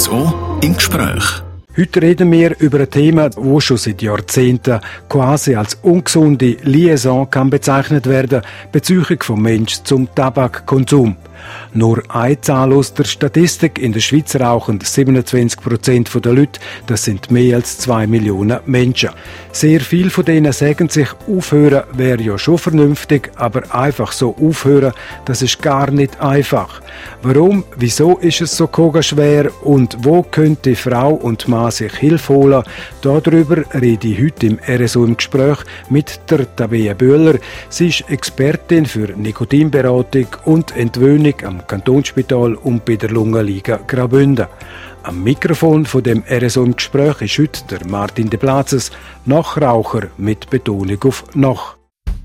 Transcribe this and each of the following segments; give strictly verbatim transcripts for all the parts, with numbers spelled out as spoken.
S O im Gespräch. Heute reden wir über ein Thema, das schon seit Jahrzehnten quasi als ungesunde Liaison kann bezeichnet werden, Beziehung vom Mensch zum Tabakkonsum. Nur eine Zahl aus der Statistik: in der Schweiz rauchen siebenundzwanzig Prozent der Leute, das sind mehr als zwei Millionen Menschen. Sehr viele von denen sagen sich, aufhören wäre ja schon vernünftig, aber einfach so aufhören, das ist gar nicht einfach. Warum, wieso ist es so schwer und wo könnte Frau und Mann sich Hilfe holen? Darüber rede ich heute im R S O im Gespräch mit der Tabea Bühler. Sie ist Expertin für Nikotinberatung und Entwöhnung am Kantonsspital und bei der Lungenliga Graubünden. Am Mikrofon von dem R S O im Gespräch ist heute der Martin de Platzes, Nachraucher mit Betonung auf «noch».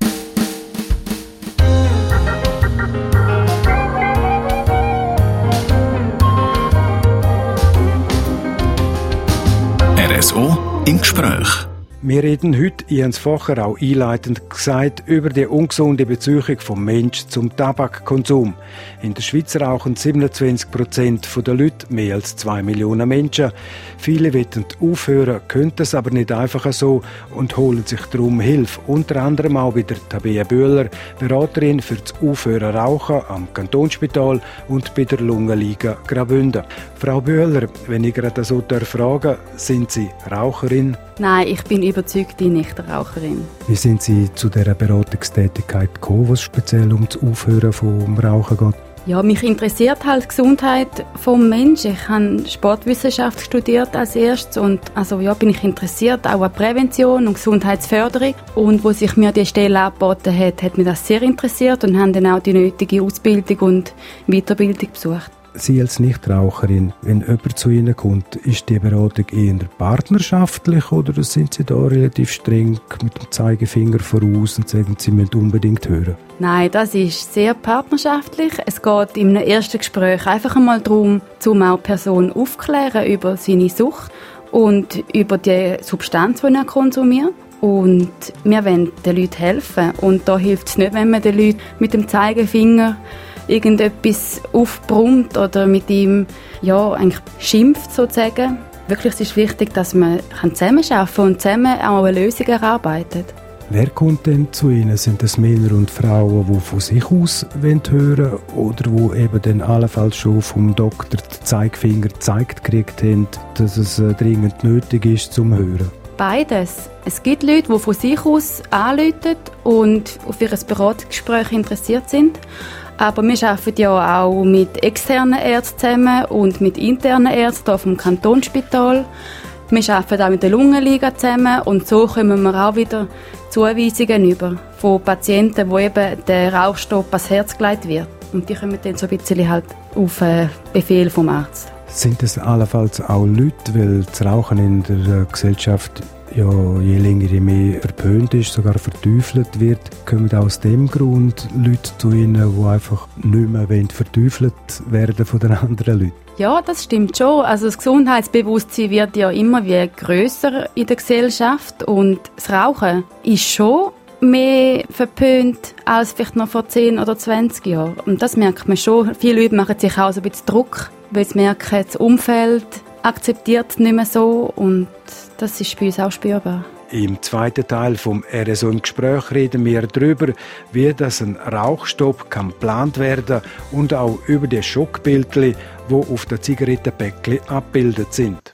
R S O im Gespräch. Wir reden heute, ich habe es vorher auch einleitend gesagt, über die ungesunde Beziehung vom Mensch zum Tabakkonsum. In der Schweiz rauchen siebenundzwanzig Prozent der Leute, mehr als zwei Millionen Menschen. Viele wollen aufhören, können es aber nicht einfach so und holen sich darum Hilfe. Unter anderem auch wieder Tabea Bühler, Beraterin für das Aufhören Rauchen am Kantonsspital und bei der Lungenliga Graubünden. Frau Bühler, wenn ich gerade so fragen darf, sind Sie Raucherin? Nein, ich bin überzeugte Nichtraucherin. Wie sind Sie zu dieser Beratungstätigkeit gekommen, was speziell um das Aufhören vom Rauchen geht? Ja, mich interessiert halt die Gesundheit vom Menschen. Ich habe Sportwissenschaft studiert als erstes und also ja, bin ich interessiert auch an Prävention und Gesundheitsförderung. Und wo sich mir die Stelle angeboten hat, hat mich das sehr interessiert und habe dann auch die nötige Ausbildung und Weiterbildung besucht. Sie als Nichtraucherin, wenn jemand zu Ihnen kommt, ist die Beratung eher partnerschaftlich oder sind Sie da relativ streng mit dem Zeigefinger voraus und sagen, Sie müssen unbedingt hören? Nein, das ist sehr partnerschaftlich. Es geht in einem ersten Gespräch einfach einmal darum, um auch die Person aufzuklären über seine Sucht und über die Substanz, die er konsumiert. Und wir wollen den Leuten helfen. Und da hilft es nicht, wenn man den Leuten mit dem Zeigefinger irgendetwas aufbrummt oder mit ihm ja, eigentlich schimpft sozusagen. Wirklich ist es wichtig, dass man zusammenarbeiten kann und zusammen auch eine Lösung erarbeitet. Wer kommt denn zu Ihnen? Sind das Männer und Frauen, die von sich aus hören wollen oder die eben dann allenfalls schon vom Doktor den Zeigefinger gezeigt gekriegt haben, dass es dringend nötig ist zum Hören? Beides. Es gibt Leute, die von sich aus anrufen und auf ihr Beratungsgespräch interessiert sind. Aber wir arbeiten ja auch mit externen Ärzten zusammen und mit internen Ärzten vom Kantonsspital. Wir arbeiten auch mit der Lungenliga zusammen und so kommen wir auch wieder Zuweisungen über von Patienten, wo eben der Rauchstopp ans Herz gelegt wird. Und die kommen dann so ein bisschen halt auf Befehl vom Arzt. Sind es allenfalls auch Leute, weil das Rauchen in der Gesellschaft ja, je länger, je mehr verpönt ist, sogar verteufelt wird, kommen aus dem Grund Leute zu Ihnen, die einfach nicht mehr verteufelt werden von den anderen Leuten? Ja, das stimmt schon. Also das Gesundheitsbewusstsein wird ja immer wie grösser in der Gesellschaft und das Rauchen ist schon mehr verpönt als vielleicht noch vor zehn oder zwanzig Jahren. Und das merkt man schon. Viele Leute machen sich auch so ein bisschen Druck, weil sie merken, das Umfeld akzeptiert es nicht mehr so und das ist bei uns auch spürbar. Im zweiten Teil vom R S O im Gespräch reden wir darüber, wie das ein Rauchstopp kann geplant werden und auch über die Schockbildchen, die auf den Zigarettenpäckchen abgebildet sind.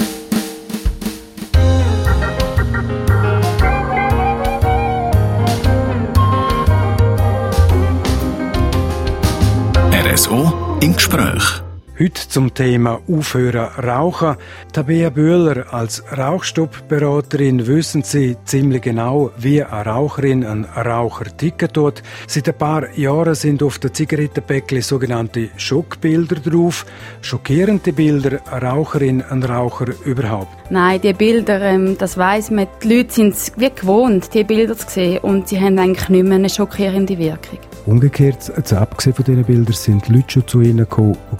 R S O im Gespräch. Heute zum Thema Aufhören Rauchen. Tabea Bühler, als Rauchstoppberaterin wissen Sie ziemlich genau, wie eine Raucherin ein Raucher ticken tut. Seit ein paar Jahren sind auf den Zigarettenpäckchen sogenannte Schockbilder drauf. Schockierende Bilder, eine Raucherin, ein Raucher überhaupt? Nein, die Bilder, ähm, das weiss man, die Leute sind es wie gewohnt, die Bilder zu sehen und sie haben eigentlich nicht mehr eine schockierende Wirkung. Umgekehrt, also abgesehen von diesen Bildern, sind Leute schon zu Ihnen gekommen und gesagt haben,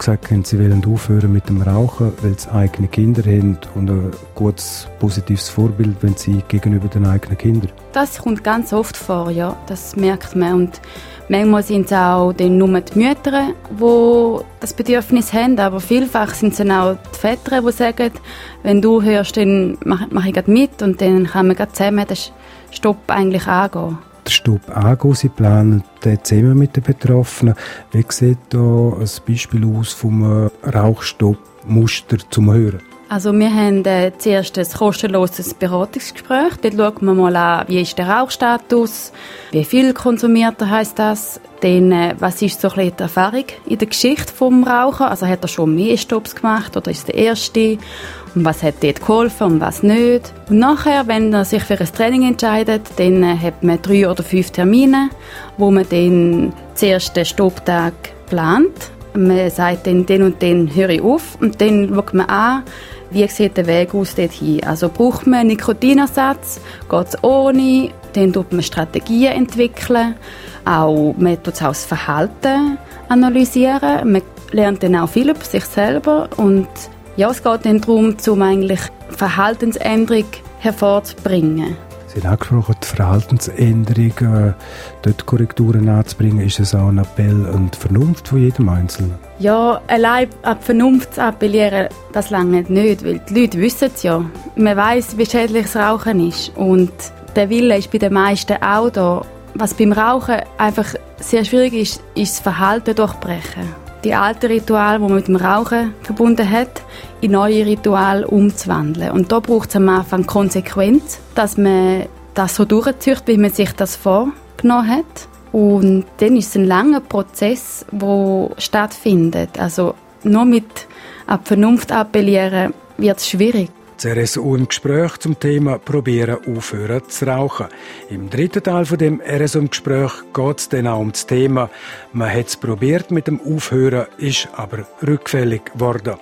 sie wollen aufhören mit dem Rauchen, weil sie eigene Kinder haben und ein gutes, positives Vorbild, wenn sie gegenüber den eigenen Kindern. Das kommt ganz oft vor, ja, das merkt man. Und manchmal sind es auch dann nur die Mütter, die das Bedürfnis haben, aber vielfach sind es dann auch die Väter, die sagen, wenn du hörst, dann mache mach ich gerade mit und dann kann man gerade zusammen den Stopp eigentlich angehen. Der Stopp angehen, Sie planen den zusammen mit den Betroffenen. Wie sieht da ein Beispiel aus vom Rauchstoppmuster zum Hören? Also wir haben äh, zuerst ein kostenloses Beratungsgespräch. Dort schauen wir mal an, wie ist der Rauchstatus, wie viel konsumiert er, heisst das. Dann, äh, was ist so ein bisschen die Erfahrung in der Geschichte des Rauchen? Also hat er schon mehr Stopps gemacht oder ist es der erste? Und was hat dort geholfen und was nicht? Und nachher, wenn er sich für ein Training entscheidet, dann äh, hat man drei oder fünf Termine, wo man dann zuerst den Stopptag plant. Man sagt dann, den und den höre ich auf und dann schaut man an, wie sieht der Weg aus dorthin. Also braucht man einen Nikotinersatz, geht es ohne, dann tut man Strategien entwickeln, auch, man tut auch das Verhalten analysieren, man lernt dann auch viel über sich selber und ja, es geht dann darum, um eigentlich Verhaltensänderung hervorzubringen. Sie haben angesprochen, die Verhaltensänderung, äh, dort Korrekturen anzubringen, ist es auch ein Appell an die Vernunft von jedem Einzelnen? Ja, allein an die Vernunft zu appellieren, das lange nicht, weil die Leute wissen es ja. Man weiss, wie schädlich das Rauchen ist und der Wille ist bei den meisten auch da. Was beim Rauchen einfach sehr schwierig ist, ist das Verhalten durchbrechen. Die alten Rituale, die man mit dem Rauchen verbunden hat, in neue Rituale umzuwandeln. Und da braucht es am Anfang Konsequenz, dass man das so durchzieht, wie man sich das vorgenommen hat. Und dann ist es ein langer Prozess, der stattfindet. Also nur mit an die Vernunft appellieren wird es schwierig. Das R S O im Gespräch zum Thema «Probieren aufhören zu rauchen». Im dritten Teil von dem R S O im Gespräch geht es dann auch um das Thema «Man hat es probiert mit dem Aufhören, ist aber rückfällig geworden».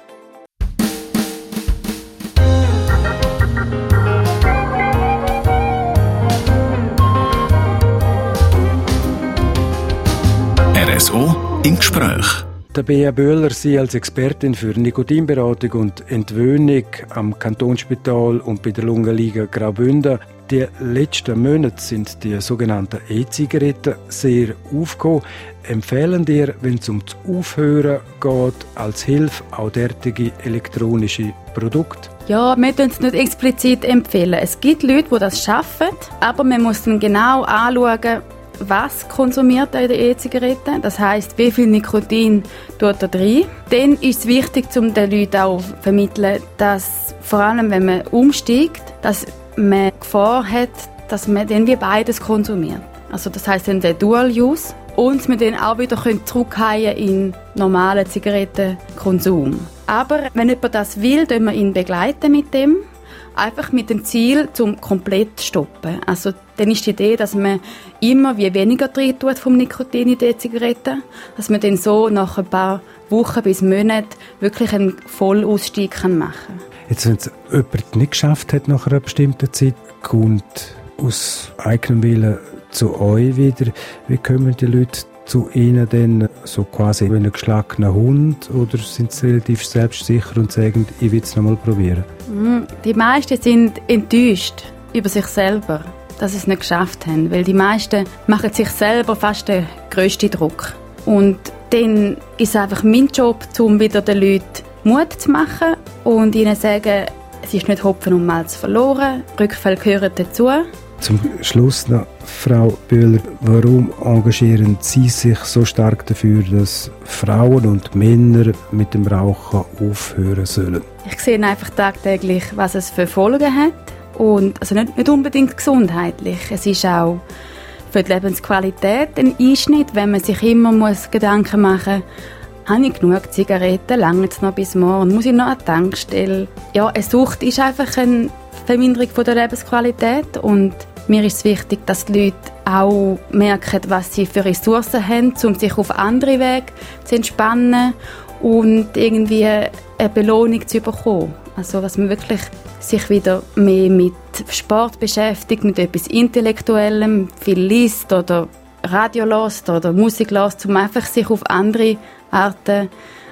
R S O im Gespräch. Der Bea Böhler, sie als Expertin für Nikotinberatung und Entwöhnung am Kantonsspital und bei der Lungenliga Graubünden. Die letzten Monate sind die sogenannten E-Zigaretten sehr aufgekommen. Empfehlen dir, wenn es um das Aufhören geht, als Hilfe auch derartige elektronische Produkte? Ja, wir empfehlen es nicht explizit empfehlen. Es gibt Leute, die das schaffen, aber man muss dann genau anschauen, was konsumiert er in der E-Zigarette, das heisst, wie viel Nikotin tut er rein. Dann ist es wichtig, um den Leuten auch zu vermitteln, dass vor allem, wenn man umsteigt, dass man Gefahr hat, dass man dann wie beides konsumiert. Also das heisst dann der Dual-Use und man dann auch wieder zurückkehren in normalen Zigarettenkonsum. Aber wenn jemand das will, dann wir ihn begleiten mit dem. Einfach mit dem Ziel, zum komplett zu stoppen. Also, dann ist die Idee, dass man immer wie weniger drin tut vom Nikotin in die Zigarette, dass man dann so nach ein paar Wochen bis Monaten wirklich einen Vollausstieg machen kann. Jetzt, wenn es jemand nicht geschafft hat nach einer bestimmten Zeit, kommt aus eigenem Willen zu euch wieder. Wie kommen die Leute zu Ihnen denn so quasi wie ein geschlagener Hund oder sind sie relativ selbstsicher und sagen, ich will es noch mal probieren? Die meisten sind enttäuscht über sich selber, dass sie es nicht geschafft haben, weil die meisten machen sich selber fast den grössten Druck. Und dann ist es einfach mein Job, um wieder den Leuten Mut zu machen und ihnen zu sagen, es ist nicht Hopfen und Malz verloren, Rückfälle gehören dazu. Zum Schluss noch, Frau Böhler, warum engagieren Sie sich so stark dafür, dass Frauen und Männer mit dem Rauchen aufhören sollen? Ich sehe einfach tagtäglich, was es für Folgen hat. Und also nicht, nicht unbedingt gesundheitlich. Es ist auch für die Lebensqualität ein Einschnitt, wenn man sich immer muss Gedanken machen muss, habe ich genug Zigaretten, lange es noch bis morgen, muss ich noch an die Tankstelle. Ja, eine Sucht ist einfach eine Verminderung der Lebensqualität und mir ist es wichtig, dass die Leute auch merken, was sie für Ressourcen haben, um sich auf andere Wege zu entspannen und irgendwie eine Belohnung zu bekommen. Also, dass man wirklich sich wieder mehr mit Sport beschäftigt, mit etwas Intellektuellem, viel liest oder Radio hört oder Musik hört, um einfach sich auf andere Arten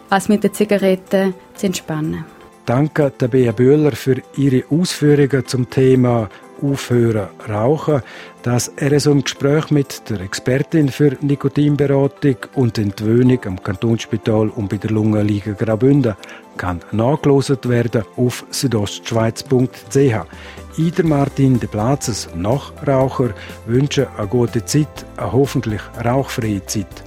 als mit den Zigaretten zu entspannen. Danke Tabea Böhler für Ihre Ausführungen zum Thema Aufhören rauchen. Das R S O im Gespräch mit der Expertin für Nikotinberatung und Entwöhnung am Kantonsspital und bei der Lungenliga Graubünden kann nachgelost werden auf südostschweiz punkt c h. Ida Martin de Platzes, Nachraucher, wünschen eine gute Zeit, eine hoffentlich rauchfreie Zeit.